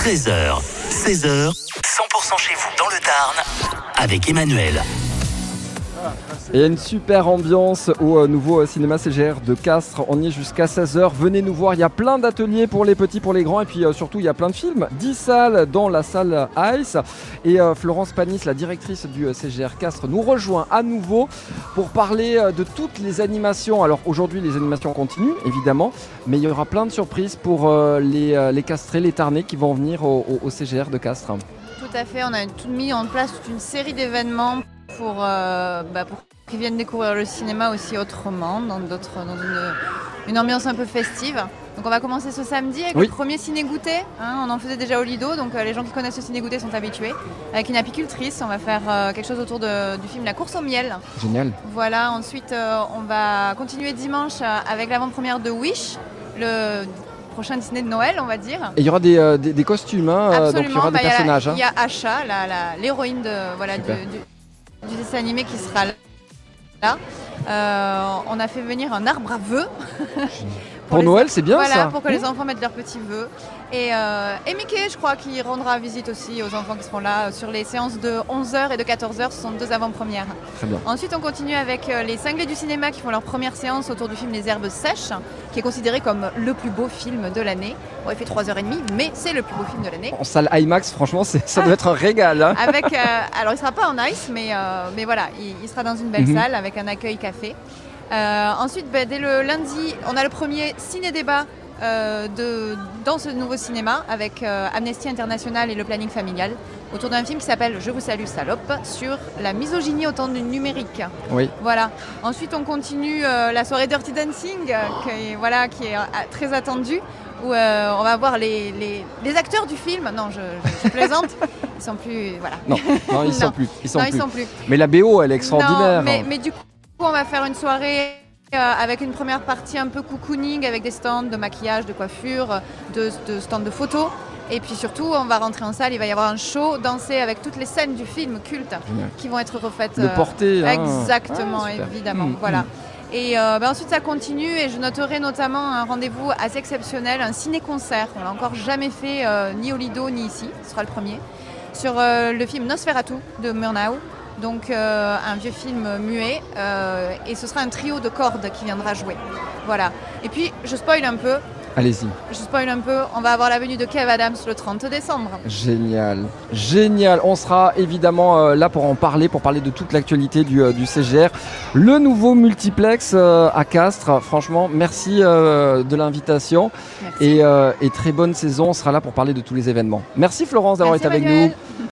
13h, 16h, 100% chez vous dans le Tarn avec Emmanuel. Et il y a une super ambiance au nouveau cinéma CGR de Castres. On y est jusqu'à 16h. Venez nous voir. Il y a plein d'ateliers pour les petits, pour les grands. Et puis surtout, il y a plein de films. 10 salles dans la salle Ice. Et Florence Panis, la directrice du CGR Castres, nous rejoint à nouveau pour parler de toutes les animations. Alors aujourd'hui, les animations continuent, évidemment. Mais il y aura plein de surprises pour les Castrés, les Tarnais qui vont venir au CGR de Castres. Tout à fait. On a tout mis en place toute une série d'événements pour qu'ils viennent découvrir le cinéma aussi autrement, dans une ambiance un peu festive. Donc on va commencer ce samedi avec le premier ciné-goûter. On en faisait déjà au Lido, donc les gens qui connaissent le ciné-goûter sont habitués. Avec une apicultrice, on va faire quelque chose autour du film La course au miel. Génial. Voilà, ensuite on va continuer dimanche avec l'avant-première de Wish, le prochain Disney de Noël, on va dire. Et il y aura des costumes, donc il y aura des personnages. Il y a Asha, l'héroïne du dessin animé qui sera là. On a fait venir un arbre à vœux. Pour Noël, c'est bien ça. Voilà, pour que les enfants mettent leurs petits vœux. Et Mickey, je crois, qui rendra visite aussi aux enfants qui seront là sur les séances de 11h et de 14h. Ce sont 2 avant-premières. Très bien. Ensuite, on continue avec les cinglés du cinéma qui font leur première séance autour du film Les Herbes Sèches, qui est considéré comme le plus beau film de l'année. Bon, il fait 3h30, mais c'est le plus beau film de l'année. En salle IMAX, franchement, ça doit être un régal. Hein. Alors, il ne sera pas en ice, mais voilà, il sera dans une belle salle avec un accueil café. Ensuite, dès le lundi, on a le premier ciné-débat dans ce nouveau cinéma avec Amnesty International et le planning familial autour d'un film qui s'appelle Je vous salue salope sur la misogynie au temps du numérique. Oui. Voilà. Ensuite, on continue la soirée Dirty Dancing qui est très attendue où on va voir les acteurs du film. Non, je plaisante. Ils sont plus... Voilà. Non, ils sont plus. Mais la BO, elle est extraordinaire. Non, mais du coup, on va faire une soirée avec une première partie un peu cocooning avec des stands de maquillage, de coiffure, de stands de photos. Et puis surtout, on va rentrer en salle, il va y avoir un show dansé avec toutes les scènes du film culte qui vont être refaites. De portée. Exactement, évidemment. Voilà. Et ensuite, ça continue et je noterai notamment un rendez-vous assez exceptionnel, un ciné-concert. On l'a encore jamais fait ni au Lido ni ici, ce sera le premier, sur le film Nosferatu de Murnau. Donc un vieux film muet et ce sera un trio de cordes qui viendra jouer. Voilà. Et puis je spoil un peu. Allez-y. On va avoir la venue de Kev Adams le 30 décembre. Génial. On sera évidemment là pour en parler, pour parler de toute l'actualité du CGR. Le nouveau multiplex à Castres. Franchement, merci de l'invitation. Merci. Et très bonne saison. On sera là pour parler de tous les événements. Merci Florence d'avoir été avec nous.